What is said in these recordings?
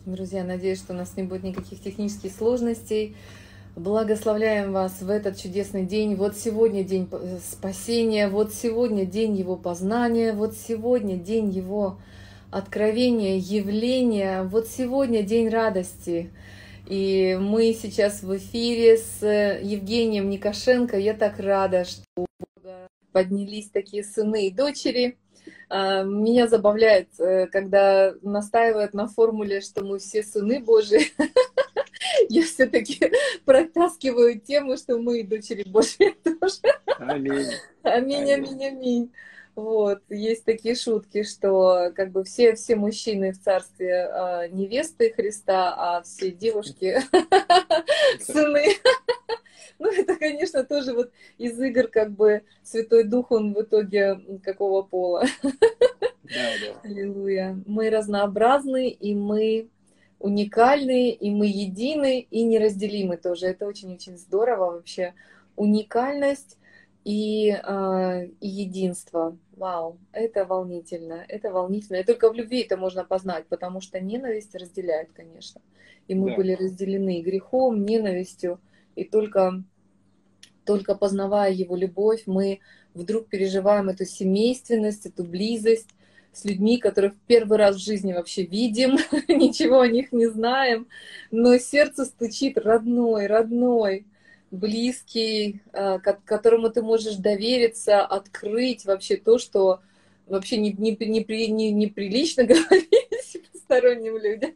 Друзья, надеюсь, что у нас не будет никаких технических сложностей. Благословляем вас в этот чудесный день. Вот сегодня день спасения, вот сегодня день Его познания, вот сегодня день Его откровения, явления, вот сегодня день радости. И мы сейчас в эфире с Евгением Никошенко. Я так рада, что у Бога поднялись такие сыны и дочери. Меня забавляет, когда настаивают на формуле, что мы все сыны Божии. Я все-таки протаскиваю тему, что мы и дочери Божьи тоже. Аминь. Аминь, аминь, аминь. Вот, есть такие шутки, что как бы все мужчины в царстве невесты Христа, а все девушки сыны. Ну, это, конечно, тоже вот из игр, как бы, Святой Дух, он в итоге какого пола. Да. Аллилуйя. Мы разнообразны, и мы уникальны, и мы едины, и неразделимы тоже. Это очень-очень здорово вообще. Уникальность и единство. Вау, это волнительно, это волнительно. И только в любви это можно познать, потому что ненависть разделяет, конечно. И мы были разделены грехом, ненавистью, и только познавая Его любовь, мы вдруг переживаем эту семейственность, эту близость с людьми, которых в первый раз в жизни вообще видим, ничего о них не знаем, но сердце стучит родной, близкий, которому ты можешь довериться, открыть вообще то, что вообще неприлично говорить посторонним людям.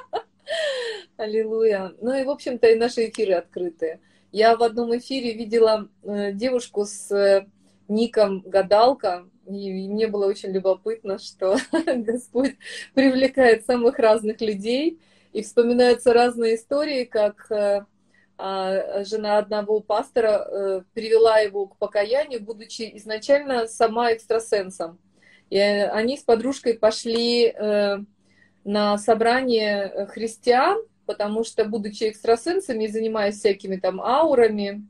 Аллилуйя. Ну и, в общем-то, и наши эфиры открытые. Я в одном эфире видела девушку с ником «Гадалка», и мне было очень любопытно, что Господь привлекает самых разных людей, и вспоминаются разные истории, как жена одного пастора привела его к покаянию, будучи изначально сама экстрасенсом. И они с подружкой пошли на собрание христиан, потому что, будучи экстрасенсами и занимаясь всякими там аурами,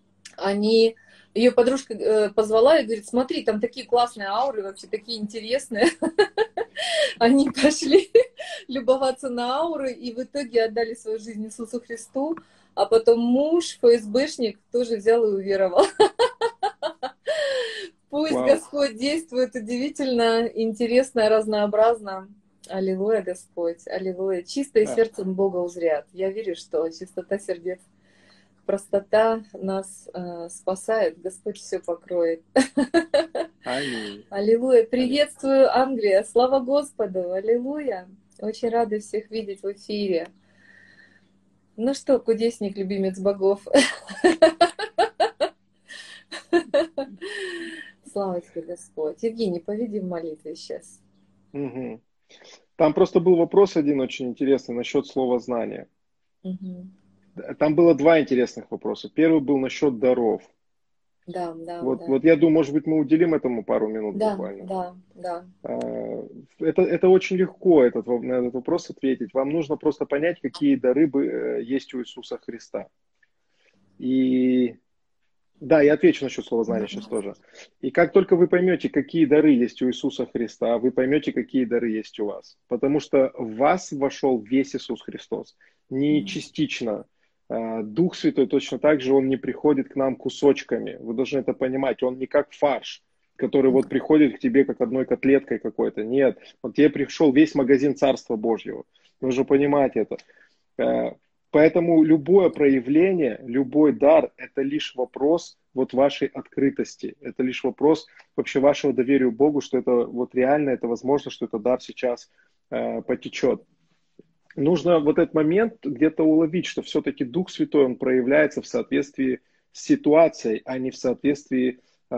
ее подружка позвала и говорит: смотри, там такие классные ауры, вообще такие интересные. Они пошли любоваться на ауры и в итоге отдали свою жизнь Иисусу Христу, а потом муж, ФСБшник, тоже взял и уверовал. Пусть Господь действует удивительно, интересно, разнообразно. Аллилуйя, Господь, аллилуйя. Чистое сердцем Бога узрят. Я верю, что чистота сердец, простота нас спасает. Господь все покроет. Аминь. Аллилуйя. Приветствую, Англия. Слава Господу. Аллилуйя. Очень рада всех видеть в эфире. Ну что, кудесник, любимец богов. Слава тебе, Господь. Евгений, поведи в молитве сейчас. Угу. Там просто был вопрос один очень интересный насчет слова «знание». Угу. Там было два интересных вопроса. Первый был насчет даров. Да. Вот я думаю, может быть, мы уделим этому пару минут буквально. Да. Это очень легко, на этот вопрос ответить. Вам нужно просто понять, какие дары есть у Иисуса Христа. И да, я отвечу насчет слова «знание» сейчас тоже. И как только вы поймете, какие дары есть у Иисуса Христа, вы поймете, какие дары есть у вас. Потому что в вас вошел весь Иисус Христос. Не частично. Дух Святой точно так же, Он не приходит к нам кусочками. Вы должны это понимать. Он не как фарш, который вот приходит к тебе как одной котлеткой какой-то. Нет, вот тебе пришел весь магазин Царства Божьего. Вы же понимаете это. Поэтому любое проявление, любой дар – это лишь вопрос вот вашей открытости. Это лишь вопрос вообще вашего доверия Богу, что это вот реально, это возможно, что этот дар сейчас потечет. Нужно вот этот момент где-то уловить, что все-таки Дух Святой, Он проявляется в соответствии с ситуацией, а не в соответствии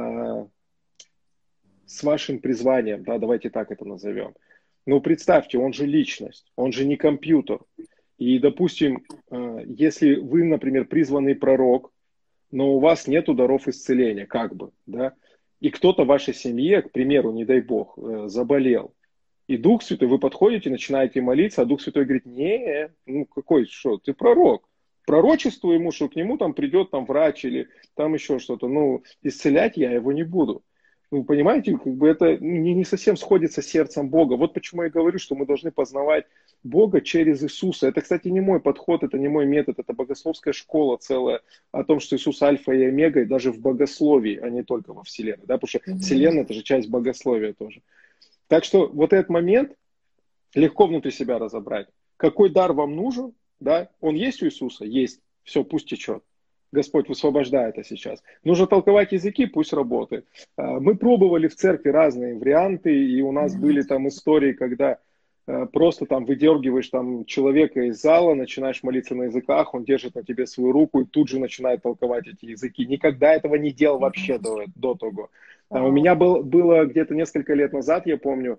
с вашим призванием. Да, давайте так это назовем. Ну, представьте, Он же личность, Он же не компьютер. И, допустим, если вы, например, призванный пророк, но у вас нету даров исцеления, как бы, да, и кто-то в вашей семье, к примеру, не дай бог, заболел, и Дух Святой, вы подходите, начинаете молиться, а Дух Святой говорит: не, ну какой, что, ты пророк. Пророчествуй ему, что к нему там придет там врач или там еще что-то. Ну, исцелять я его не буду. Вы понимаете, как бы это не совсем сходится с сердцем Бога. Вот почему я говорю, что мы должны познавать Бога через Иисуса. Это, кстати, не мой подход, это не мой метод, это богословская школа целая о том, что Иисус альфа и омега, и даже в богословии, а не только во Вселенной. Да? Потому что Мгм. Вселенная – это же часть богословия тоже. Так что вот этот момент легко внутри себя разобрать. Какой дар вам нужен? Да? Он есть у Иисуса? Есть. Все, пусть течет. Господь высвобождает это сейчас. Нужно толковать языки, пусть работает. Мы пробовали в церкви разные варианты, и у нас Мгм. были там истории, когда просто там выдергиваешь там человека из зала, начинаешь молиться на языках, он держит на тебе свою руку и тут же начинает толковать эти языки. Никогда этого не делал вообще до того. У Вау. меня было где-то несколько лет назад, я помню,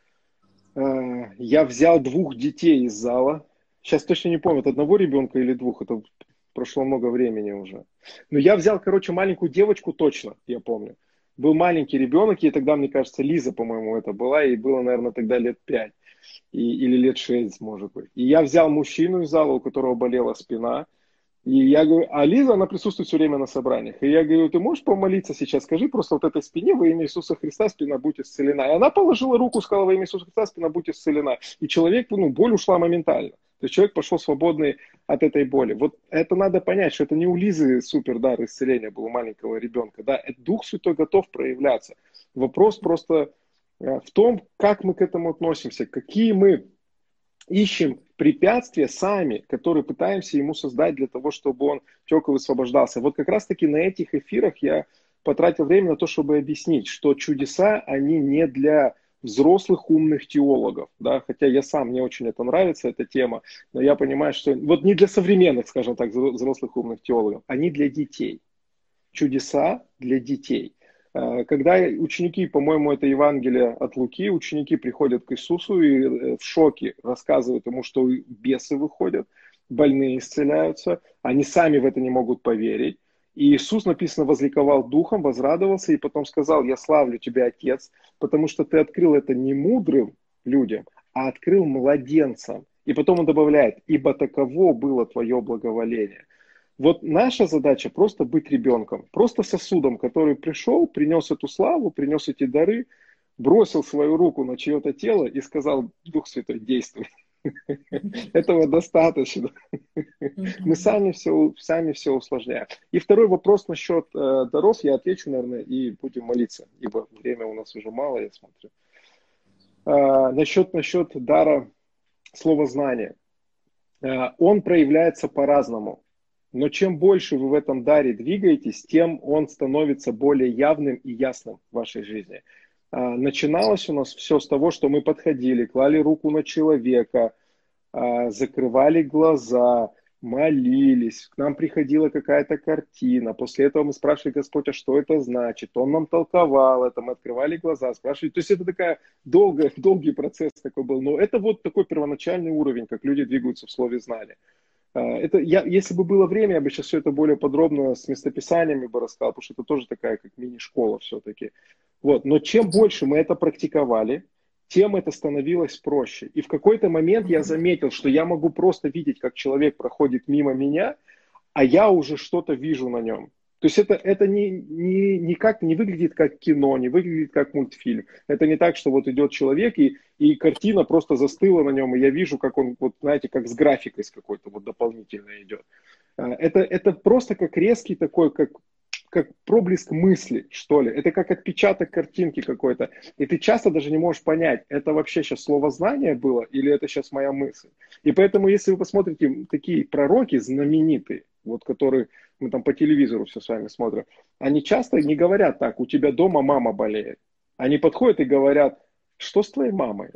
я взял двух детей из зала. Сейчас точно не помню, от одного ребенка или двух. Это прошло много времени уже. Но я взял, короче, маленькую девочку точно, я помню. Был маленький ребенок, и тогда, мне кажется, Лиза, по-моему, это была, ей было, наверное, тогда лет 5 или лет 6, может быть. И я взял мужчину из зала, у которого болела спина, и я говорю, а Лиза, она присутствует все время на собраниях. И я говорю, ты можешь помолиться сейчас? Скажи просто вот этой спине во имя Иисуса Христа спина будь исцелена. И она положила руку, сказала во имя Иисуса Христа спина будь исцелена. И человек, боль ушла моментально. То есть человек пошел свободный от этой боли. Вот это надо понять, что это не у Лизы супер дар исцеления был у маленького ребенка. Да, это Дух Святой готов проявляться. Вопрос просто в том, как мы к этому относимся, какие мы ищем препятствия сами, которые пытаемся ему создать для того, чтобы он тек и высвобождался. Вот как раз-таки на этих эфирах я потратил время на то, чтобы объяснить, что чудеса, они не для взрослых умных теологов, да, хотя я сам, мне очень это нравится, эта тема, но я понимаю, что вот не для современных, скажем так, взрослых умных теологов, они для детей. Чудеса для детей. Когда ученики, по-моему, это Евангелие от Луки, ученики приходят к Иисусу и в шоке рассказывают ему, что бесы выходят, больные исцеляются, они сами в это не могут поверить. И Иисус, написано, возликовал духом, возрадовался и потом сказал, я славлю тебя, Отец, потому что ты открыл это не мудрым людям, а открыл младенцам. И потом он добавляет, ибо таково было твое благоволение. Вот наша задача просто быть ребенком, просто сосудом, который пришел, принес эту славу, принес эти дары, бросил свою руку на чье-то тело и сказал, Дух Святой, действуй. Этого достаточно. Мы Мгм. сами все усложняем. И второй вопрос насчет даров, я отвечу, наверное, и будем молиться, ибо время у нас уже мало, я смотрю. Насчет дара слова знания. Он проявляется по-разному. Но чем больше вы в этом даре двигаетесь, тем он становится более явным и ясным в вашей жизни. Начиналось у нас все с того, что мы подходили, клали руку на человека, закрывали глаза, молились, к нам приходила какая-то картина. После этого мы спрашивали Господь, а что это значит? Он нам толковал это, мы открывали глаза, спрашивали. То есть это такая долгий процесс такой был. Но это вот такой первоначальный уровень, как люди двигаются в слове знания. Если бы было время, я бы сейчас все это более подробно с местописаниями бы рассказал, потому что это тоже такая как мини-школа все-таки. Вот. Но чем больше мы это практиковали, тем это становилось проще. И в какой-то момент я заметил, что я могу просто видеть, как человек проходит мимо меня, а я уже что-то вижу на нем. То есть это никак не выглядит как кино, не выглядит как мультфильм. Это не так, что вот идет человек, и картина просто застыла на нем, и я вижу, как он, вот знаете, как с графикой с какой-то вот дополнительно идет. Это просто как резкий такой, как проблеск мысли, что ли. Это как отпечаток картинки какой-то. И ты часто даже не можешь понять, это вообще сейчас слово знание было или это сейчас моя мысль. И поэтому, если вы посмотрите такие пророки знаменитые, вот которые мы там по телевизору все с вами смотрим, они часто не говорят так, у тебя дома мама болеет. Они подходят и говорят, что с твоей мамой?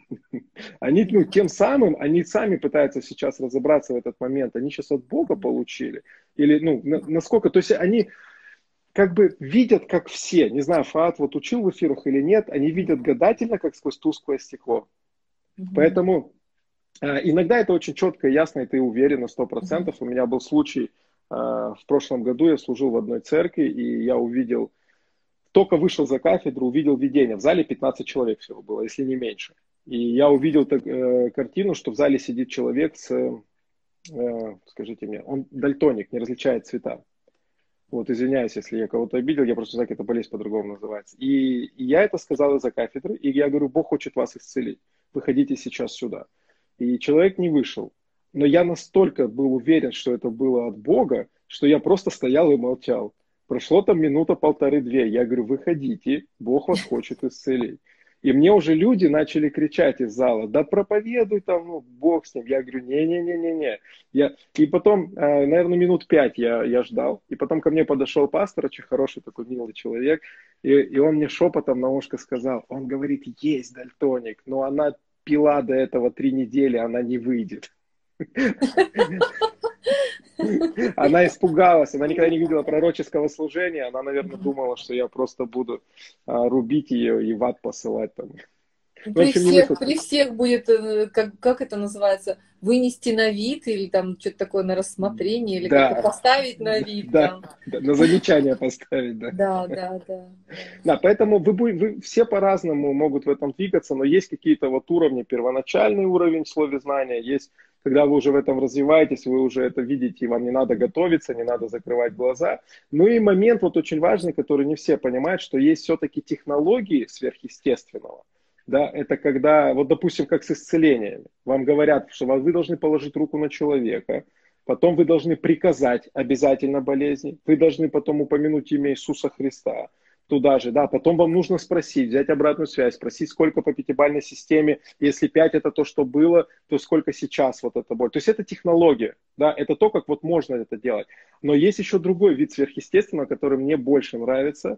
Они, тем самым, они сами пытаются сейчас разобраться в этот момент. Они сейчас от Бога получили. Или, насколько, то есть они как бы видят, как все. Не знаю, Фаат вот учил в эфирах или нет, они видят гадательно, как сквозь тусклое стекло. Мгм. Поэтому иногда это очень четко и ясно, и ты уверен на Мгм. 100%. У меня был случай, в прошлом году я служил в одной церкви, и я увидел, только вышел за кафедру, увидел видение. В зале 15 человек всего было, если не меньше. И я увидел картину, что в зале сидит человек скажите мне, он дальтоник, не различает цвета. Вот, извиняюсь, если я кого-то обидел, я просто знаю, как эта болезнь по-другому называется. И я это сказал из-за кафедры, и я говорю, Бог хочет вас исцелить. Выходите сейчас сюда. И человек не вышел. Но я настолько был уверен, что это было от Бога, что я просто стоял и молчал. Прошло там минута, полторы-две. Я говорю, выходите, Бог вас хочет исцелить. И мне уже люди начали кричать из зала, да проповедуй там, ну, Бог с ним. Я говорю, не-не-не-не-не. И потом, наверное, минут 5 я ждал. И потом ко мне подошел пастор, очень хороший такой милый человек. И он мне шепотом на ушко сказал, он говорит, есть дальтоник, но она пила до этого 3 недели, она не выйдет. Она испугалась, она никогда не видела пророческого служения, она, наверное, думала, что я просто буду рубить ее и в ад посылать там. В общем, не вышло. При всех будет, как это называется, вынести на вид или там что-то такое на рассмотрение, или как-то Да, поставить на вид да, там. да, на замечание поставить, да. Да, да, да. Да, поэтому вы все по-разному могут в этом двигаться, но есть какие-то вот уровни, первоначальный уровень словезнания, есть, когда вы уже в этом развиваетесь, вы уже это видите, и вам не надо готовиться, не надо закрывать глаза. Ну и момент вот очень важный, который не все понимают, что есть все-таки технологии сверхъестественного. Да, это когда, вот допустим, как с исцелениями. Вам говорят, что вы должны положить руку на человека, потом вы должны приказать обязательно болезни, вы должны потом упомянуть имя Иисуса Христа туда же, да, потом вам нужно спросить, взять обратную связь, спросить, сколько по пятибалльной системе, если 5 это то, что было, то сколько сейчас вот эта боль. То есть это технология, да, это то, как вот можно это делать. Но есть еще другой вид сверхъестественного, который мне больше нравится.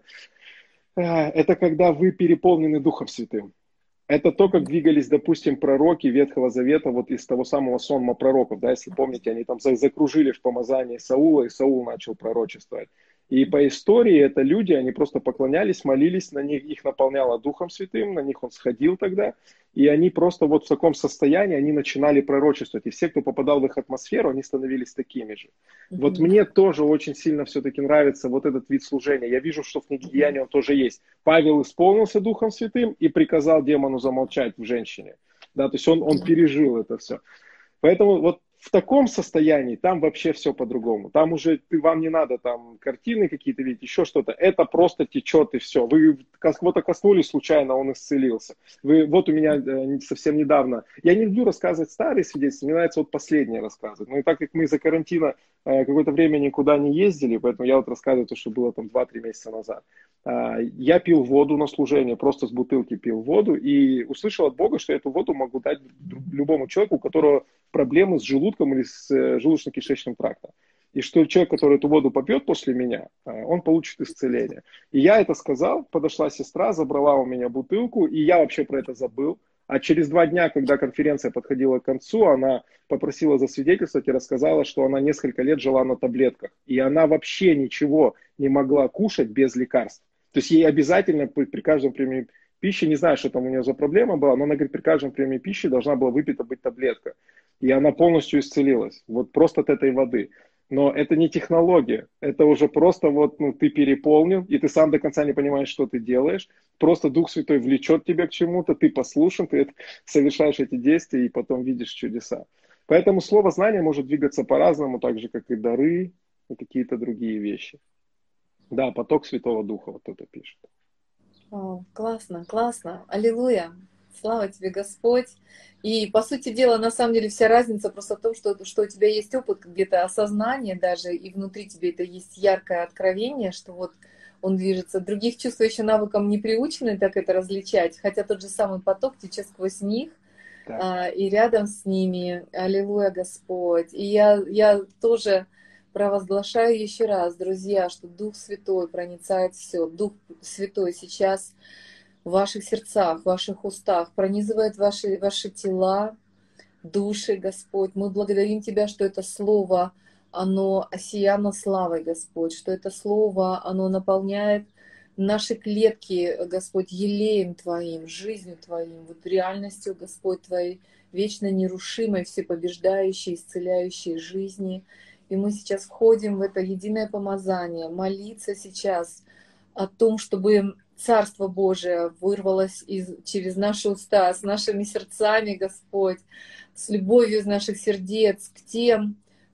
Это когда вы переполнены Духом Святым. Это то, как двигались, допустим, пророки Ветхого Завета, вот из того самого сонма пророков, да, если помните, они там закружили в помазании Саула, и Саул начал пророчествовать. И по истории это люди, они просто поклонялись, молились, на них их наполняло Духом Святым, на них он сходил тогда, и они просто вот в таком состоянии, они начинали пророчествовать. И все, кто попадал в их атмосферу, они становились такими же. Вот мне тоже очень сильно все-таки нравится вот этот вид служения. Я вижу, что в книге Деяний он тоже есть. Павел исполнился Духом Святым и приказал демону замолчать в женщине. Да, то есть он пережил это все. Поэтому вот в таком состоянии там вообще все по-другому. Там уже вам не надо там картины какие-то видеть, еще что-то. Это просто течет и все. Вы кого-то коснулись случайно, он исцелился. Вот у меня совсем недавно, я не люблю рассказывать старые свидетельства, мне нравится вот последние рассказывать. Но и так как мы из-за карантина какое-то время никуда не ездили, поэтому я вот рассказываю то, что было там 2-3 месяца назад. Я пил воду на служение, просто с бутылки пил воду и услышал от Бога, что эту воду могу дать любому человеку, у которого проблемы с желудком или с желудочно-кишечным трактом. И что человек, который эту воду попьет после меня, он получит исцеление. И я это сказал, подошла сестра, забрала у меня бутылку, и я вообще про это забыл. А через 2 дня, когда конференция подходила к концу, она попросила засвидетельствовать и рассказала, что она несколько лет жила на таблетках. И она вообще ничего не могла кушать без лекарств. То есть ей обязательно при каждом приеме пищи, не знаю, что там у нее за проблема была, но она говорит, при каждом приеме пищи должна была выпита быть таблетка. И она полностью исцелилась. Вот просто от этой воды. Но это не технология. Это уже просто вот ты переполнил, и ты сам до конца не понимаешь, что ты делаешь. Просто Дух Святой влечет тебя к чему-то, ты послушен, ты совершаешь эти действия и потом видишь чудеса. Поэтому слово знания может двигаться по-разному, так же, как и дары, и какие-то другие вещи. Да, поток Святого Духа, вот кто-то пишет. О, классно, классно. Аллилуйя. Слава тебе, Господь. И, по сути дела, на самом деле вся разница просто в том, что у тебя есть опыт, где-то осознание даже, и внутри тебе это есть яркое откровение, что вот он движется. Других чувств еще навыкам не приучены так это различать, хотя тот же самый поток течет сквозь них, и рядом с ними. Аллилуйя, Господь. И я тоже провозглашаю еще раз, друзья, что Дух Святой проницает все. Дух Святой сейчас в ваших сердцах, в ваших устах, пронизывает ваши тела, души, Господь. Мы благодарим Тебя, что это Слово, оно осияно славой, Господь, что это Слово, оно наполняет наши клетки, Господь, елеем Твоим, жизнью Твоим, вот реальностью, Господь, Твоей вечно нерушимой, всепобеждающей, исцеляющей жизни. И мы сейчас входим в это единое помазание, молиться сейчас о том, чтобы Царство Божие вырвалось через наши уста, с нашими сердцами, Господь, с любовью из наших сердец к тем,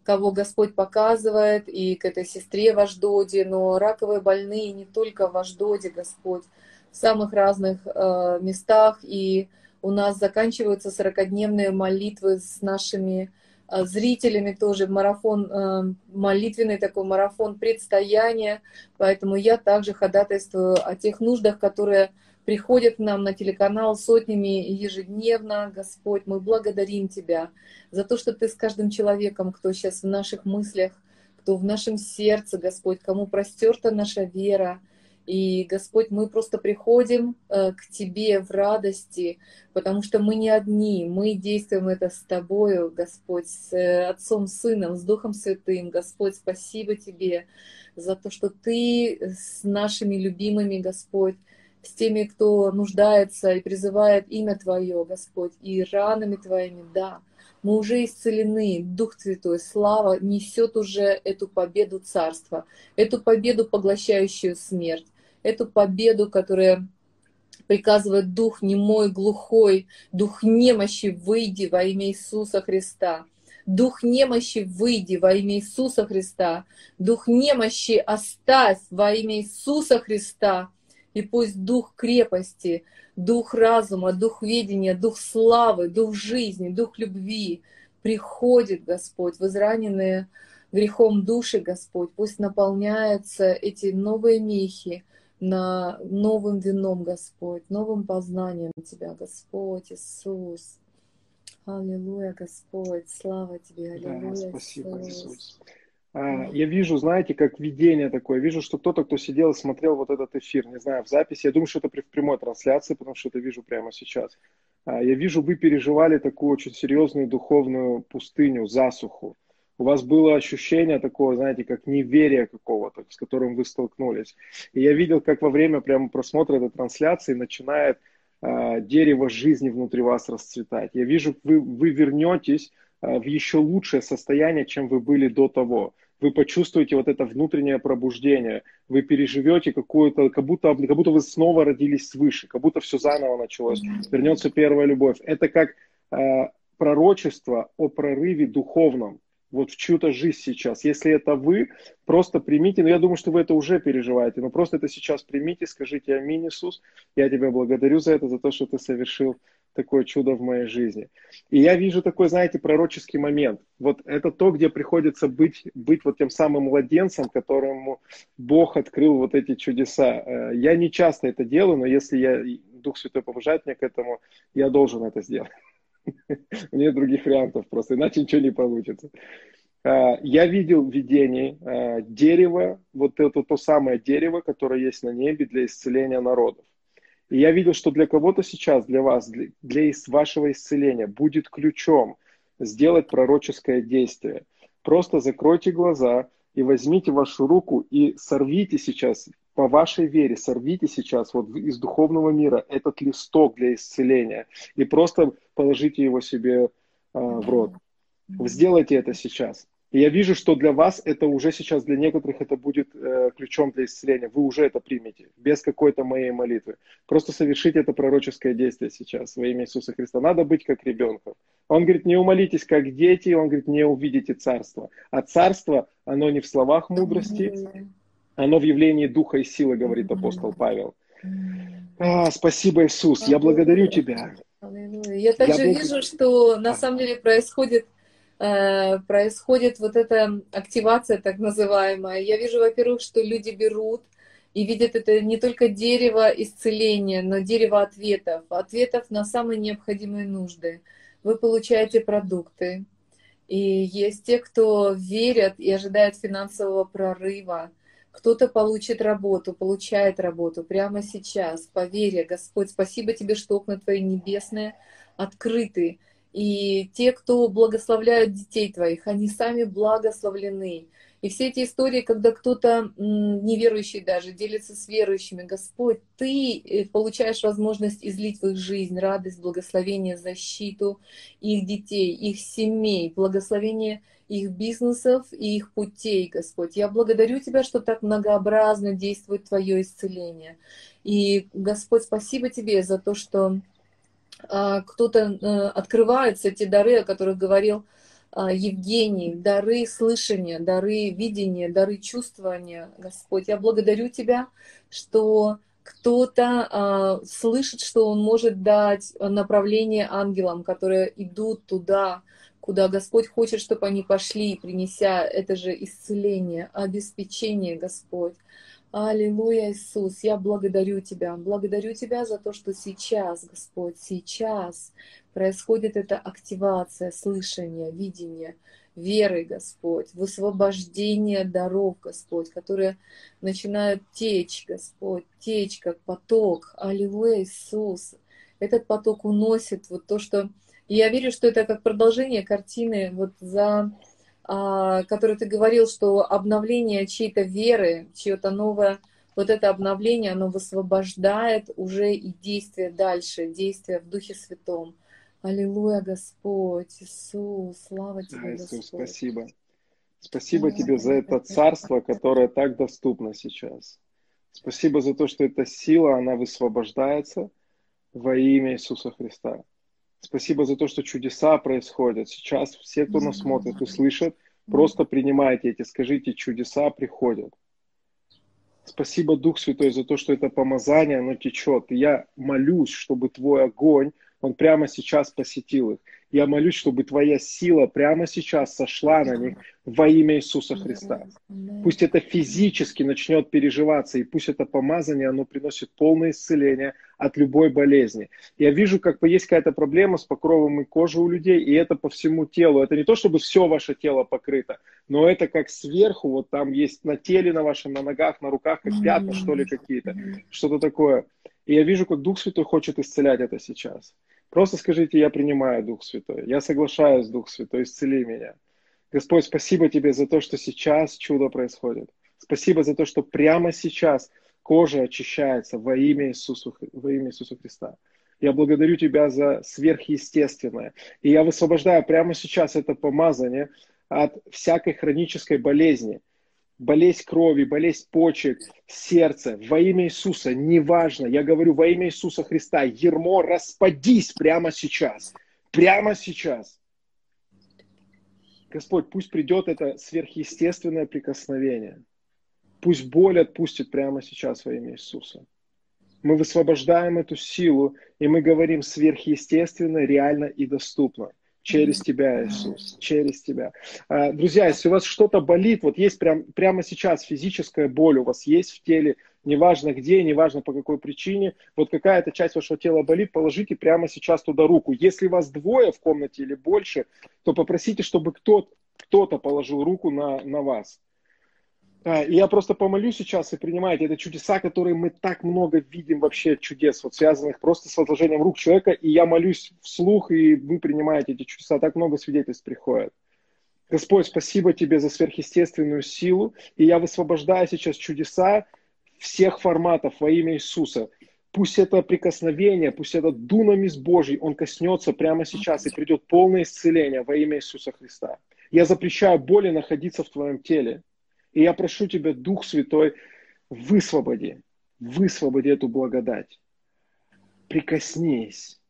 кого Господь показывает, и к этой сестре в Ашдоде, но раковые больные не только в Ашдоде, Господь, в самых разных местах, и у нас заканчиваются 40-дневные молитвы с нашими зрителями тоже, марафон, молитвенный такой марафон предстояния, поэтому я также ходатайствую о тех нуждах, которые приходят к нам на телеканал сотнями ежедневно. Господь, мы благодарим Тебя за то, что Ты с каждым человеком, кто сейчас в наших мыслях, кто в нашем сердце, Господь, кому простерта наша вера. И, Господь, мы просто приходим к Тебе в радости, потому что мы не одни, мы действуем это с Тобою, Господь, с Отцом, Сыном, с Духом Святым. Господь, спасибо Тебе за то, что Ты с нашими любимыми, Господь, с теми, кто нуждается и призывает имя Твое, Господь, и ранами Твоими, да, мы уже исцелены. Дух Святой, слава несет уже эту победу Царства, эту победу, поглощающую смерть, эту победу, которая приказывает дух немой, глухой, дух немощи, выйди во имя Иисуса Христа. Дух немощи, выйди во имя Иисуса Христа. Дух немощи, оставь во имя Иисуса Христа. И пусть дух крепости, дух разума, дух ведения, дух славы, дух жизни, дух любви приходит, Господь, в израненные грехом души, Господь. Пусть наполняются эти новые мехи на новым вином, Господь, новым познанием Тебя, Господь Иисус. Аллилуйя, Господь, слава Тебе, аллилуйя, Да, спасибо, Иисус. Иисус. Я вижу, знаете, как видение такое. Вижу, что кто-то, кто сидел и смотрел вот этот эфир, не знаю, в записи. Я думаю, что это в прямой трансляции, потому что это вижу прямо сейчас. Я вижу, вы переживали такую очень серьезную духовную пустыню, засуху. У вас было ощущение такого, знаете, как неверия какого-то, с которым вы столкнулись. И я видел, как во время прямо просмотра этой трансляции начинает дерево жизни внутри вас расцветать. Я вижу, вы вернетесь в еще лучшее состояние, чем вы были до того. Вы почувствуете вот это внутреннее пробуждение, вы переживете какую-то, как будто вы снова родились свыше, как будто все заново началось, вернется первая любовь. Это как пророчество о прорыве духовном, вот в чью-то жизнь сейчас. Если это вы, просто примите, я думаю, что вы это уже переживаете, но просто это сейчас примите, скажите: аминь, Иисус, я тебя благодарю за это, за то, что ты совершил такое чудо в моей жизни. И я вижу такой, знаете, пророческий момент. Вот это то, где приходится быть вот тем самым младенцем, которому Бог открыл вот эти чудеса. Я не часто это делаю, но если Дух Святой побуждает меня к этому, я должен это сделать. Нет других вариантов просто, иначе ничего не получится. Я видел в видении дерево, вот это то самое дерево, которое есть на небе для исцеления народов. И я видел, что для кого-то сейчас, для вас, для вашего исцеления будет ключом сделать пророческое действие. Просто закройте глаза и возьмите вашу руку и сорвите сейчас, по вашей вере, сорвите сейчас вот из духовного мира этот листок для исцеления и просто положите его себе в рот. Сделайте это сейчас. И я вижу, что для вас это уже сейчас, для некоторых это будет ключом для исцеления. Вы уже это примете, без какой-то моей молитвы. Просто совершите это пророческое действие сейчас во имя Иисуса Христа. Надо быть как ребенком. Он говорит: не умолитесь как дети, он говорит: не увидите царство. А царство, оно не в словах мудрости, оно в явлении духа и силы, говорит апостол Павел. Спасибо, Иисус, я благодарю Тебя. Я также вижу, что на самом деле происходит вот эта активация так называемая. Я вижу, во-первых, что люди берут и видят это не только дерево исцеления, но дерево ответов на самые необходимые нужды. Вы получаете продукты. И есть те, кто верят и ожидают финансового прорыва. Кто-то получит работу, получает работу прямо сейчас. По вере, Господь, спасибо Тебе, что окна Твои небесные открыты. И те, кто благословляют детей Твоих, они сами благословлены. И все эти истории, когда кто-то неверующий даже делится с верующими, Господь, Ты получаешь возможность излить в их жизнь радость, благословение, защиту их детей, их семей, благословение их бизнесов и их путей, Господь. Я благодарю Тебя, что так многообразно действует Твое исцеление. И, Господь, спасибо Тебе за то, что кто-то открываются те дары, о которых говорил Евгений, дары слышания, дары видения, дары чувствования, Господь. Я благодарю Тебя, что кто-то слышит, что он может дать направление ангелам, которые идут туда, куда Господь хочет, чтобы они пошли, принеся это же исцеление, обеспечение, Господь. Аллилуйя, Иисус, я благодарю Тебя за то, что сейчас, Господь, сейчас происходит эта активация слышания, видения, веры, Господь, высвобождение даров, Господь, которые начинают течь, Господь, течь как поток. Аллилуйя, Иисус. Этот поток уносит вот то, что... И я верю, что это как продолжение картины, вот который ты говорил, что обновление чьей-то веры, чье-то новое, вот это обновление, оно высвобождает уже и действие дальше, действие в Духе Святом. Аллилуйя, Господь, Иисус, слава Да, Тебе, Иисус, Господь. спасибо. Спасибо Тебе за это царство, которое так доступно сейчас. Спасибо за то, что эта сила, она высвобождается во имя Иисуса Христа. Спасибо за то, что чудеса происходят. Сейчас все, кто нас смотрит и слышит, просто принимайте эти, скажите, чудеса приходят. Спасибо, Дух Святой, за то, что это помазание, оно течет. И я молюсь, чтобы Твой огонь, он прямо сейчас посетил их. Я молюсь, чтобы Твоя сила прямо сейчас сошла на них во имя Иисуса Христа. Пусть это физически начнет переживаться, и пусть это помазание, оно приносит полное исцеление от любой болезни. Я вижу, как есть какая-то проблема с покровом и кожей у людей, и это по всему телу. Это не то, чтобы все ваше тело покрыто, но это как сверху, вот там есть на теле, на вашем, на ногах, на руках, как пятна, что ли, какие-то, что-то такое. И я вижу, как Дух Святой хочет исцелять это сейчас. Просто скажите: я принимаю, Дух Святой, я соглашаюсь, Дух Святой, исцели меня. Господь, спасибо Тебе за то, что сейчас чудо происходит. Спасибо за то, что прямо сейчас кожа очищается во имя Иисуса Христа. Я благодарю Тебя за сверхъестественное. И я высвобождаю прямо сейчас это помазание от всякой хронической болезни. Болезнь крови, болезнь почек, сердца. Во имя Иисуса, неважно, я говорю во имя Иисуса Христа, ярмо, распадись прямо сейчас. Прямо сейчас. Господь, пусть придет это сверхъестественное прикосновение. Пусть боль отпустит прямо сейчас во имя Иисуса. Мы высвобождаем эту силу, и мы говорим сверхъестественно, реально и доступно. Через Тебя, Иисус, через Тебя. Друзья, если у вас что-то болит, вот есть прямо сейчас физическая боль у вас есть в теле, неважно где, неважно по какой причине, вот какая-то часть вашего тела болит, положите прямо сейчас туда руку. Если вас двое в комнате или больше, то попросите, чтобы кто-то положил руку на вас. И я просто помолюсь сейчас, и принимайте. Это чудеса, которые мы так много видим вообще, чудес, вот связанных просто с возложением рук человека. И я молюсь вслух, и вы принимаете эти чудеса. Так много свидетельств приходит. Господь, спасибо Тебе за сверхъестественную силу. И я высвобождаю сейчас чудеса всех форматов во имя Иисуса. Пусть это прикосновение, пусть этот дунамис Божий, он коснется прямо сейчас, и придет полное исцеление во имя Иисуса Христа. Я запрещаю боли находиться в твоем теле. И я прошу Тебя, Дух Святой, высвободи эту благодать. Прикоснись.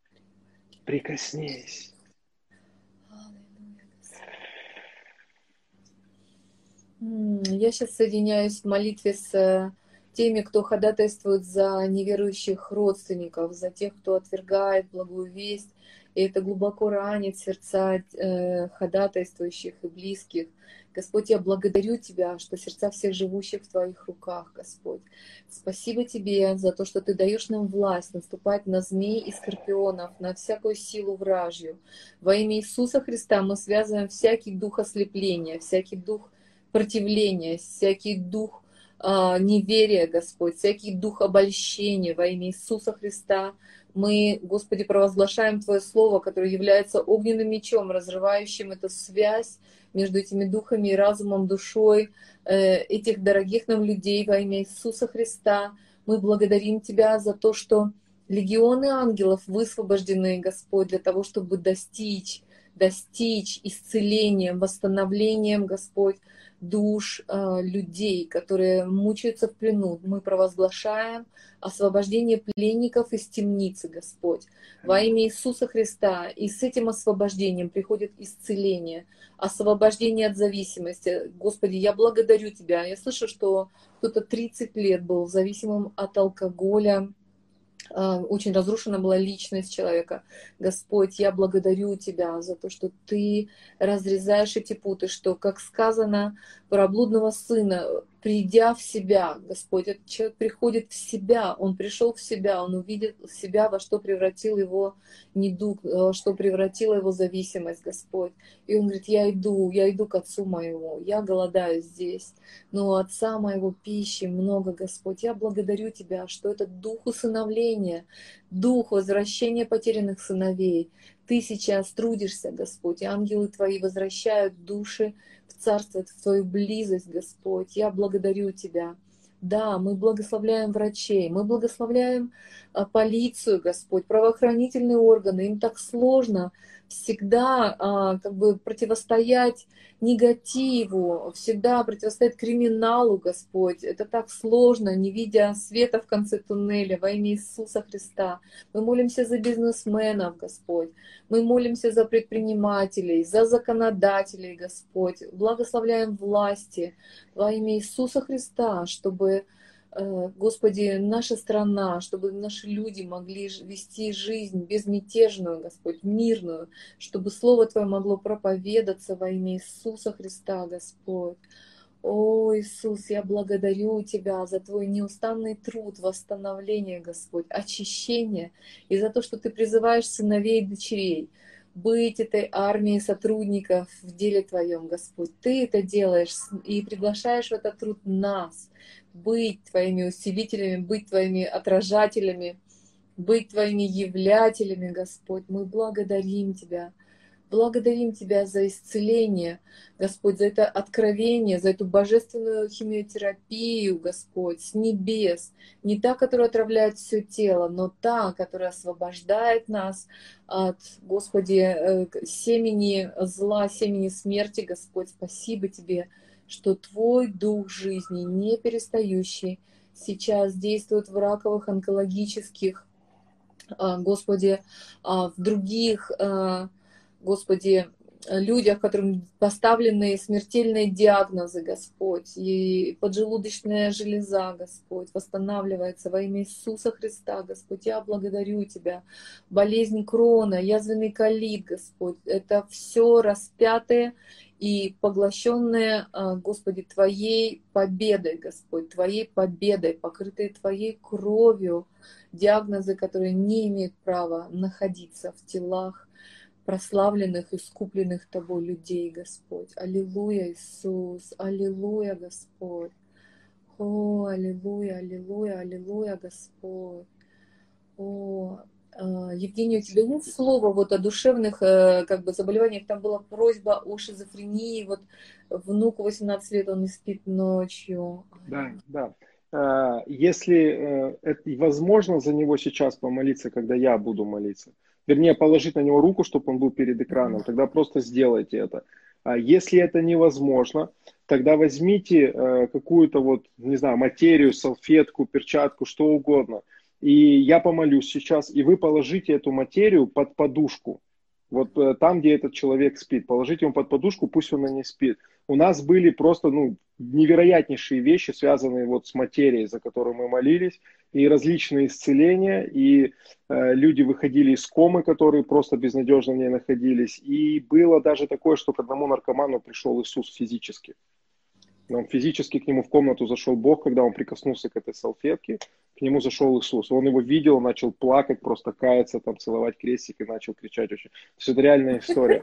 Я сейчас соединяюсь в молитве с теми, кто ходатайствует за неверующих родственников, за тех, кто отвергает благую весть. И это глубоко ранит сердца ходатайствующих и близких. Господь, я благодарю Тебя, что сердца всех живущих в Твоих руках, Господь. Спасибо Тебе за то, что Ты даешь нам власть наступать на змей и скорпионов, на всякую силу вражью. Во имя Иисуса Христа мы связываем всякий дух ослепления, всякий дух противления, всякий дух неверия, Господь, всякий дух обольщения во имя Иисуса Христа. Мы, Господи, провозглашаем Твое Слово, которое является огненным мечом, разрывающим эту связь между этими духами и разумом, душой этих дорогих нам людей во имя Иисуса Христа. Мы благодарим Тебя за то, что легионы ангелов высвобождены, Господь, для того, чтобы достичь достичь исцелением, восстановлением, Господь, душ людей, которые мучаются в плену. Мы провозглашаем освобождение пленников из темницы, Господь, во имя Иисуса Христа. И с этим освобождением приходит исцеление, освобождение от зависимости. Господи, я благодарю Тебя. Я слышу, что кто-то 30 лет был зависимым от алкоголя, очень разрушена была личность человека. Господь, я благодарю Тебя за то, что Ты разрезаешь эти путы, что, как сказано про блудного сына, придя в себя, Господь, этот человек приходит в себя, он пришел в себя, он увидел себя, во что превратил его недуг, во что превратила его зависимость, Господь. И он говорит, я иду к отцу моему, я голодаю здесь, но у отца моего пищи много, Господь. Я благодарю Тебя, что это дух усыновления, дух возвращения потерянных сыновей. Ты сейчас трудишься, Господь, и ангелы Твои возвращают души в царство, в Твою близость, Господь. Я благодарю Тебя. Да, мы благословляем врачей, мы благословляем полицию, Господь, правоохранительные органы. Им так сложно всегда как бы противостоять негативу, всегда противостоять криминалу, Господь. Это так сложно, не видя света в конце туннеля во имя Иисуса Христа. Мы молимся за бизнесменов, Господь. Мы молимся за предпринимателей, за законодателей, Господь. Благословляем власти во имя Иисуса Христа, чтобы, Господи, наша страна, чтобы наши люди могли вести жизнь безмятежную, Господь, мирную, чтобы Слово Твое могло проповедаться во имя Иисуса Христа, Господь. О, Иисус, я благодарю Тебя за Твой неустанный труд, восстановление, Господь, очищение, и за то, что Ты призываешь сыновей и дочерей быть этой армией сотрудников в деле Твоем, Господь. Ты это делаешь и приглашаешь в этот труд нас, быть Твоими усилителями, быть Твоими отражателями, быть Твоими являтелями, Господь. Мы благодарим Тебя. Благодарим Тебя за исцеление, Господь, за это откровение, за эту божественную химиотерапию, Господь, с небес. Не та, которая отравляет все тело, но та, которая освобождает нас от, Господи, семени зла, семени смерти, Господь. Спасибо Тебе, что Твой Дух жизни, не перестающий, сейчас действует в раковых, онкологических, Господи, в других, Господи, людях, которым поставлены смертельные диагнозы, Господь, и поджелудочная железа, Господь, восстанавливается во имя Иисуса Христа, Господь. Я благодарю Тебя. Болезнь Крона, язвенный колит, Господь, это все распятое и поглощенное, Господи, Твоей победой, Господь, Твоей победой, покрытые Твоей кровью, диагнозы, которые не имеют права находиться в телах прославленных, искупленных Тобой людей, Господь. Аллилуйя, Иисус, аллилуйя, Господь. О, аллилуйя, аллилуйя, аллилуйя, Господь. О, Евгений, у тебя есть слово вот о душевных как бы заболеваниях? Там была просьба о шизофрении, вот внуку 18 лет, он не спит ночью. Да, да. Если это возможно за него сейчас помолиться, когда я буду молиться, вернее, положить на него руку, чтобы он был перед экраном, тогда просто сделайте это. А если это невозможно, тогда возьмите какую-то вот, не знаю, материю, салфетку, перчатку, что угодно. И я помолюсь сейчас, и вы положите эту материю под подушку. Вот там, где этот человек спит. Положите ему под подушку, пусть он на ней спит. У нас были просто невероятнейшие вещи, связанные вот с материей, за которую мы молились, и различные исцеления, и люди выходили из комы, которые просто безнадежно в ней находились. И было даже такое, что к одному наркоману пришел Иисус физически. Он физически к нему в комнату зашел Бог, когда он прикоснулся к этой салфетке, к нему зашел Иисус. Он его видел, начал плакать, просто каяться, там, целовать крестик и начал кричать очень. То есть это реальная история.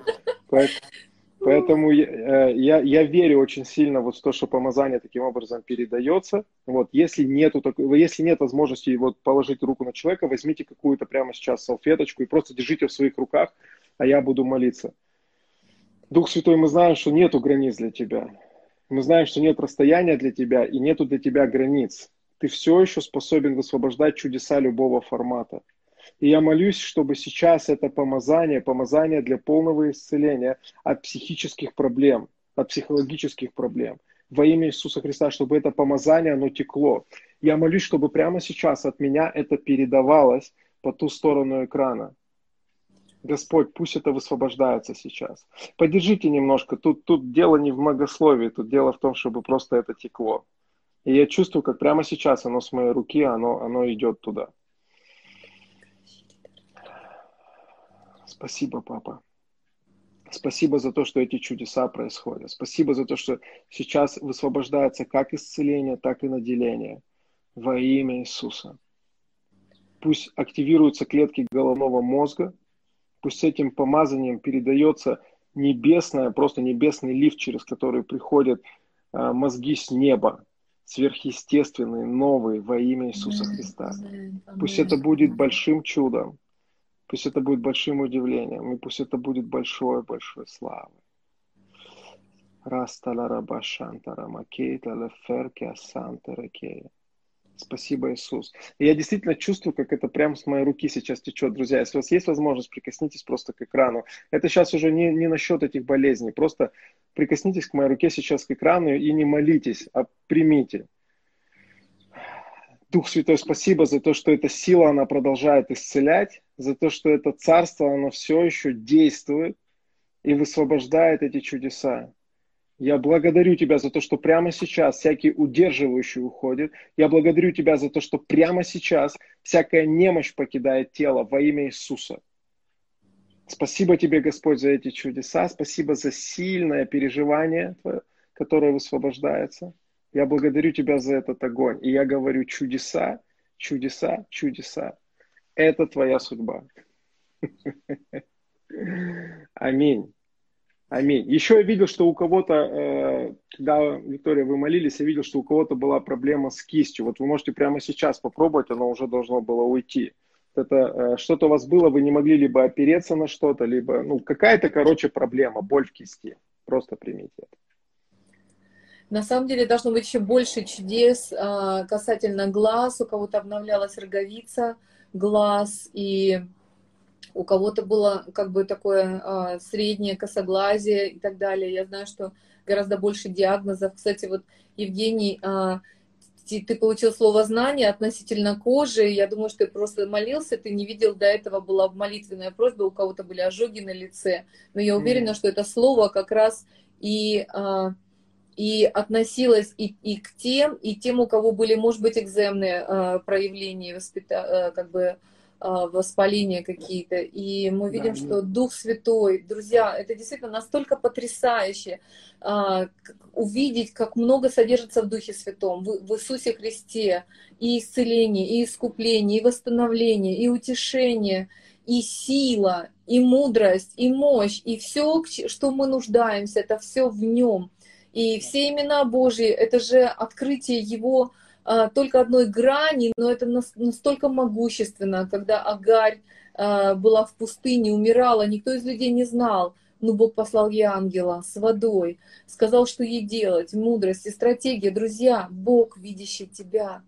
Поэтому я верю очень сильно вот в то, что помазание таким образом передается. Вот, если нет возможности вот положить руку на человека, возьмите какую-то прямо сейчас салфеточку и просто держите в своих руках, а я буду молиться. Дух Святой, мы знаем, что нету границ для Тебя. Мы знаем, что нет расстояния для Тебя и нету для Тебя границ. Ты все еще способен высвобождать чудеса любого формата. И я молюсь, чтобы сейчас это помазание для полного исцеления от психических проблем, от психологических проблем. Во имя Иисуса Христа, чтобы это помазание, оно текло. Я молюсь, чтобы прямо сейчас от меня это передавалось по ту сторону экрана. Господь, пусть это высвобождается сейчас. Подержите немножко. Тут дело не в многословии, тут дело в том, чтобы просто это текло. И я чувствую, как прямо сейчас оно с моей руки, оно идет туда. Спасибо, папа. Спасибо за то, что эти чудеса происходят. Спасибо за то, что сейчас высвобождается как исцеление, так и наделение. Во имя Иисуса. Пусть активируются клетки головного мозга. Пусть с этим помазанием передается небесное, просто небесный лифт, через который приходят мозги с неба, сверхъестественные, новые во имя Иисуса Христа. Пусть это будет большим чудом, пусть это будет большим удивлением, и пусть это будет большой-большой славой. Спасибо, Иисус. И я действительно чувствую, как это прямо с моей руки сейчас течет. Друзья, если у вас есть возможность, прикоснитесь просто к экрану. Это сейчас уже не насчет этих болезней. Просто прикоснитесь к моей руке сейчас к экрану и не молитесь, а примите. Дух Святой, спасибо за то, что эта сила, она продолжает исцелять, за то, что это царство, оно все еще действует и высвобождает эти чудеса. Я благодарю Тебя за то, что прямо сейчас всякие удерживающие уходят. Я благодарю Тебя за то, что прямо сейчас всякая немощь покидает тело во имя Иисуса. Спасибо Тебе, Господь, за эти чудеса. Спасибо за сильное переживание Твое, которое высвобождается. Я благодарю Тебя за этот огонь. И я говорю: чудеса, чудеса, чудеса. Это Твоя судьба. Аминь. Аминь. Еще я видел, что у кого-то, когда, Виктория, вы молились, я видел, что у кого-то была проблема с кистью. Вот вы можете прямо сейчас попробовать, оно уже должно было уйти. Это что-то у вас было, вы не могли либо опереться на что-то, либо, какая-то, проблема, боль в кисти. Просто примите это. На самом деле должно быть еще больше чудес касательно глаз. У кого-то обновлялась роговица глаз, и у кого-то было такое среднее косоглазие и так далее. Я знаю, что гораздо больше диагнозов. Кстати, вот, Евгений, ты получил слово знание относительно кожи. Я думаю, что ты просто молился, ты не видел, до этого была молитвенная просьба, у кого-то были ожоги на лице. Но я уверена, что это слово как раз и относилось и к тем, у кого были, может быть, экземные проявления, воспаления какие-то. И мы видим, что Дух Святой, друзья, это действительно настолько потрясающе увидеть, как много содержится в Духе Святом, в Иисусе Христе, и исцеление, и искупление, и восстановление, и утешение, и сила, и мудрость, и мощь, и все, что мы нуждаемся, это все в Нем. И все имена Божьи, это же открытие Его только одной грани, но это настолько могущественно, когда Агарь была в пустыне, умирала, никто из людей не знал, но Бог послал ей ангела с водой, сказал, что ей делать, мудрость и стратегия. Друзья, Бог, видящий тебя,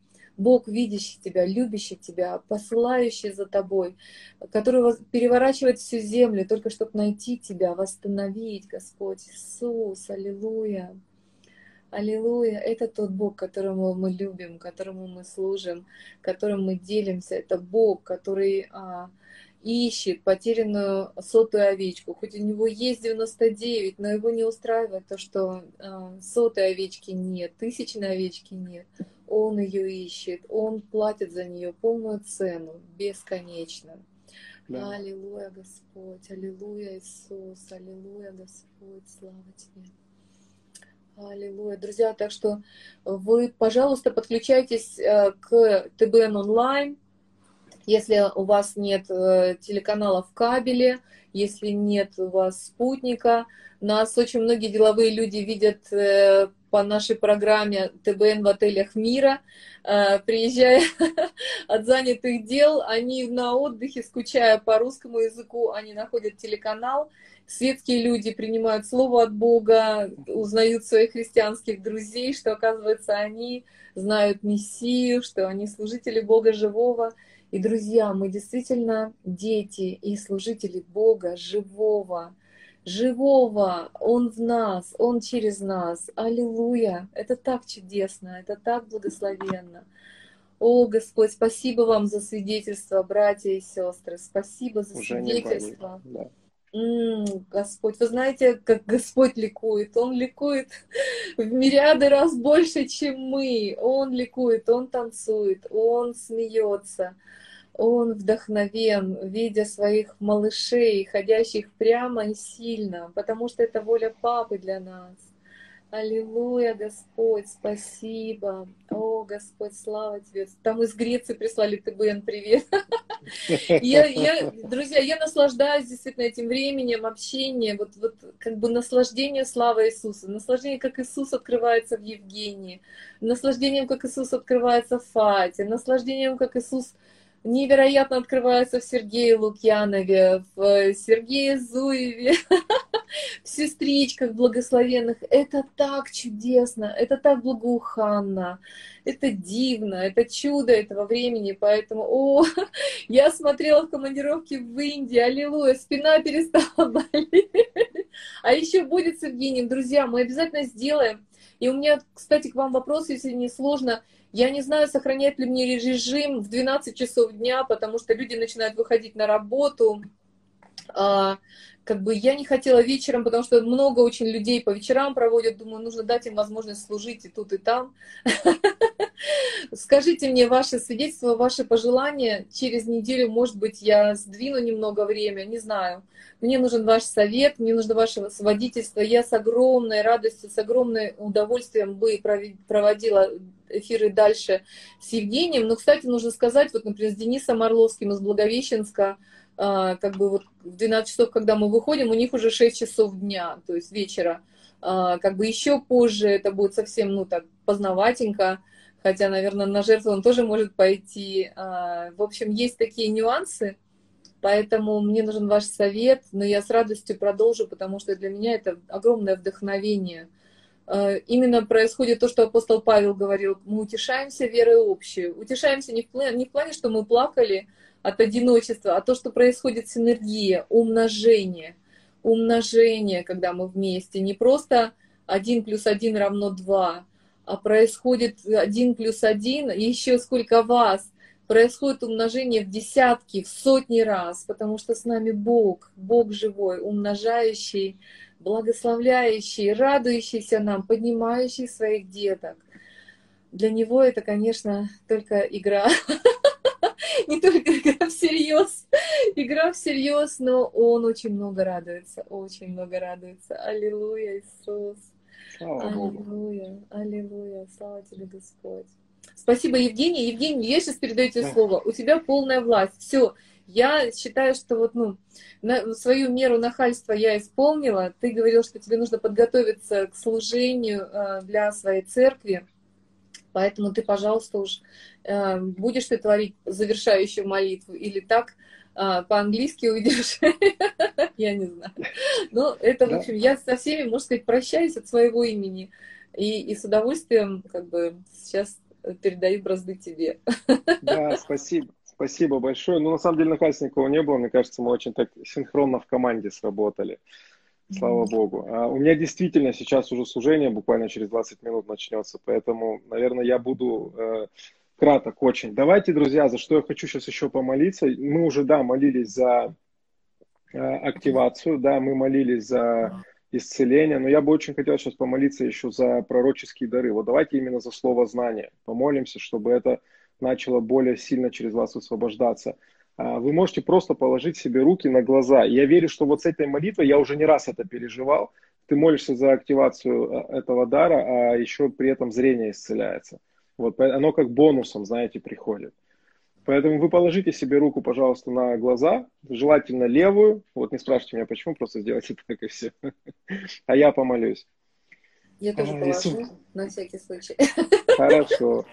любящий тебя, посылающий за тобой, который переворачивает всю землю, только чтобы найти тебя, восстановить, Господь Иисус, аллилуйя. Аллилуйя! Это тот Бог, которому мы любим, которому мы служим, которым мы делимся. Это Бог, который ищет потерянную 100-ю овечку. Хоть у него есть 99, но его не устраивает то, что 100-й овечки нет, 1000-й овечки нет. Он ее ищет, он платит за нее полную цену, бесконечно. Да. Аллилуйя, Господь! Аллилуйя, Иисус! Аллилуйя, Господь! Слава Тебе! Аллилуйя. Друзья, так что вы, пожалуйста, подключайтесь к ТБН онлайн. Если у вас нет телеканала в кабеле, если нет у вас спутника, нас очень многие деловые люди видят по нашей программе ТБН в отелях мира. Приезжая от занятых дел, они на отдыхе, скучая по русскому языку, они находят телеканал. Светские люди принимают слово от Бога, узнают своих христианских друзей, что, оказывается, они знают Мессию, что они служители Бога живого. И, друзья, мы действительно дети и служители Бога живого, живого. Он в нас, Он через нас. Аллилуйя! Это так чудесно, это так благословенно. О, Господь, спасибо вам за свидетельство, братья и сестры. Спасибо за Уже не болит. свидетельство. Да. Господь, вы знаете, как Господь ликует? Он ликует в мириады раз больше, чем мы. Он ликует, Он танцует, Он смеется. Он вдохновен, видя своих малышей, ходящих прямо и сильно, потому что это воля Папы для нас. Аллилуйя, Господь, спасибо. О, Господь, слава Тебе. Там из Греции прислали ТБН, привет. Друзья, я наслаждаюсь действительно этим временем общения, вот как бы наслаждение славы Иисуса, наслаждение, как Иисус открывается в Евгении, наслаждением, как Иисус открывается в Фате, наслаждением, как Иисус невероятно открывается в Сергее Лукьянове, в Сергее Зуеве, в сестричках благословенных. Это так чудесно, это так благоуханно, это дивно, это чудо этого времени. Поэтому, я смотрела в командировке в Индии, аллилуйя, спина перестала болеть. А еще будет с Евгением, друзья, мы обязательно сделаем. И у меня, кстати, к вам вопрос, если не сложно. Я не знаю, сохранять ли мне режим в 12 часов дня, потому что люди начинают выходить на работу. Как бы я не хотела вечером, потому что много очень людей по вечерам проводят. Думаю, нужно дать им возможность служить и тут, и там. Скажите мне ваши свидетельства, ваши пожелания. Через неделю, может быть, я сдвину немного время, не знаю. Мне нужен ваш совет, мне нужно ваше водительство. Я с огромной радостью, с огромным удовольствием бы проводила эфиры дальше с Евгением. Но, кстати, нужно сказать, вот, например, с Денисом Орловским из Благовещенска, как бы вот в 12 часов, когда мы выходим, у них уже 6 часов дня, то есть вечера. Как бы еще позже это будет совсем, ну, так, поздноватенько. Хотя, наверное, на жертву он тоже может пойти. В общем, есть такие нюансы, поэтому мне нужен ваш совет, но я с радостью продолжу, потому что для меня это огромное вдохновение. Именно происходит то, что апостол Павел говорил, мы утешаемся верой общей. Утешаемся не в плане, что мы плакали от одиночества, а то, что происходит синергия, умножение. Умножение, когда мы вместе. Не просто 1 + 1 = 2, а происходит 1 + 1, и еще сколько вас. Происходит умножение в десятки, в сотни раз, потому что с нами Бог, Бог живой, умножающий, благословляющий, радующийся нам, поднимающий своих деток. Для него это, конечно, только игра. Не только игра всерьез. Игра всерьез, но он очень много радуется, очень много радуется. Аллилуйя, Иисус. Слава Богу. Аллилуйя, аллилуйя, слава тебе, Господь. Спасибо, Евгений. Евгений, я сейчас передаю тебе слово. У тебя полная власть. Все. Я считаю, что вот, свою меру нахальства я исполнила. Ты говорил, что тебе нужно подготовиться к служению для своей церкви. Поэтому ты, пожалуйста, уж будешь ты творить завершающую молитву или так по-английски уйдешь, я не знаю. Но это, в общем, я со всеми, можно сказать, прощаюсь от своего имени. И с удовольствием как бы сейчас передаю бразды тебе. Да, спасибо. Спасибо большое. Ну, на самом деле, наконец никого не было. Мне кажется, мы очень так синхронно в команде сработали. Слава Богу. У меня действительно сейчас уже служение буквально через 20 минут начнется, поэтому, наверное, я буду краток очень. Давайте, друзья, за что я хочу сейчас еще помолиться. Мы уже, да, молились за активацию, да, мы молились за исцеление, но я бы очень хотел сейчас помолиться еще за пророческие дары. Вот давайте именно за слово знания помолимся, чтобы это начало более сильно через вас высвобождаться. Вы можете просто положить себе руки на глаза. Я верю, что вот с этой молитвой, я уже не раз это переживал, ты молишься за активацию этого дара, а еще при этом зрение исцеляется. Вот, оно как бонусом, знаете, приходит. Поэтому вы положите себе руку, пожалуйста, на глаза, желательно левую. Вот не спрашивайте меня, почему, просто сделайте так и все. А я помолюсь. Я тоже положу, на всякий случай. Хорошо.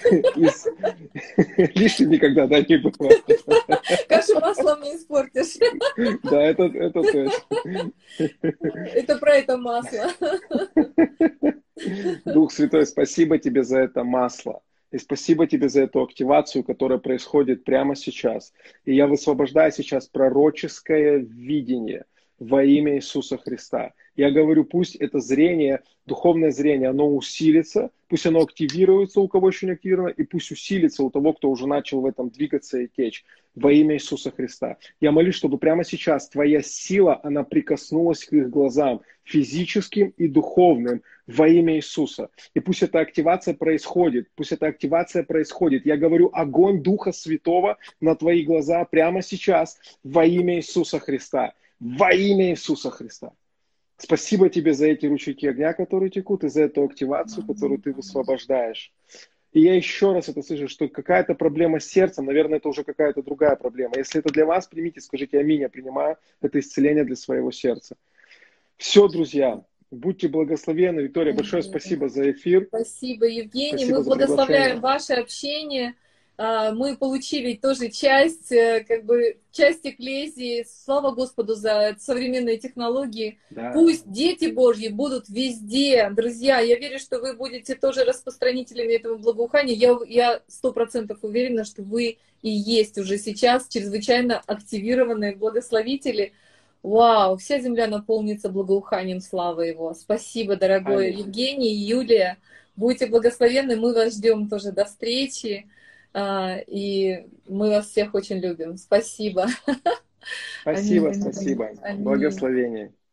Лишним никогда, да, не бывает. Кашу маслом не испортишь. Да, это точно. Это про это масло. Дух Святой, спасибо тебе за это масло. И спасибо тебе за эту активацию, которая происходит прямо сейчас. И я высвобождаю сейчас пророческое видение во имя Иисуса Христа. Я говорю, пусть это зрение, духовное зрение, оно усилится, пусть оно активируется у кого еще не активировано, и пусть усилится у того, кто уже начал в этом двигаться и течь во имя Иисуса Христа. Я молюсь, чтобы прямо сейчас твоя сила, она прикоснулась к их глазам, физическим и духовным, во имя Иисуса. И пусть эта активация происходит, пусть эта активация происходит. Я говорю, огонь Духа Святого на твои глаза прямо сейчас во имя Иисуса Христа. Во имя Иисуса Христа. Спасибо тебе за эти ручейки огня, которые текут, и за эту активацию, которую ты высвобождаешь. И я еще раз это слышу, что какая-то проблема с сердцем, наверное, это уже какая-то другая проблема. Если это для вас, примите, скажите аминь, я принимаю это исцеление для своего сердца. Все, друзья, будьте благословенны. Виктория, большое спасибо за эфир. Спасибо, Евгений. Спасибо Мы за приглашение. благословляем ваше общение. Мы получили тоже часть, как бы, часть экклезии. Слава Господу за современные технологии. Да. Пусть дети Божьи будут везде. Друзья, я верю, что вы будете тоже распространителями этого благоухания. Я 100% уверена, что вы и есть уже сейчас чрезвычайно активированные благословители. Вау, вся земля наполнится благоуханием славы Его. Спасибо, дорогой Аминь. Евгений и Юлия. Будьте благословенны, мы вас ждем тоже до встречи. И мы вас всех очень любим. Спасибо. Спасибо, Аминь. спасибо. Аминь. Благословение.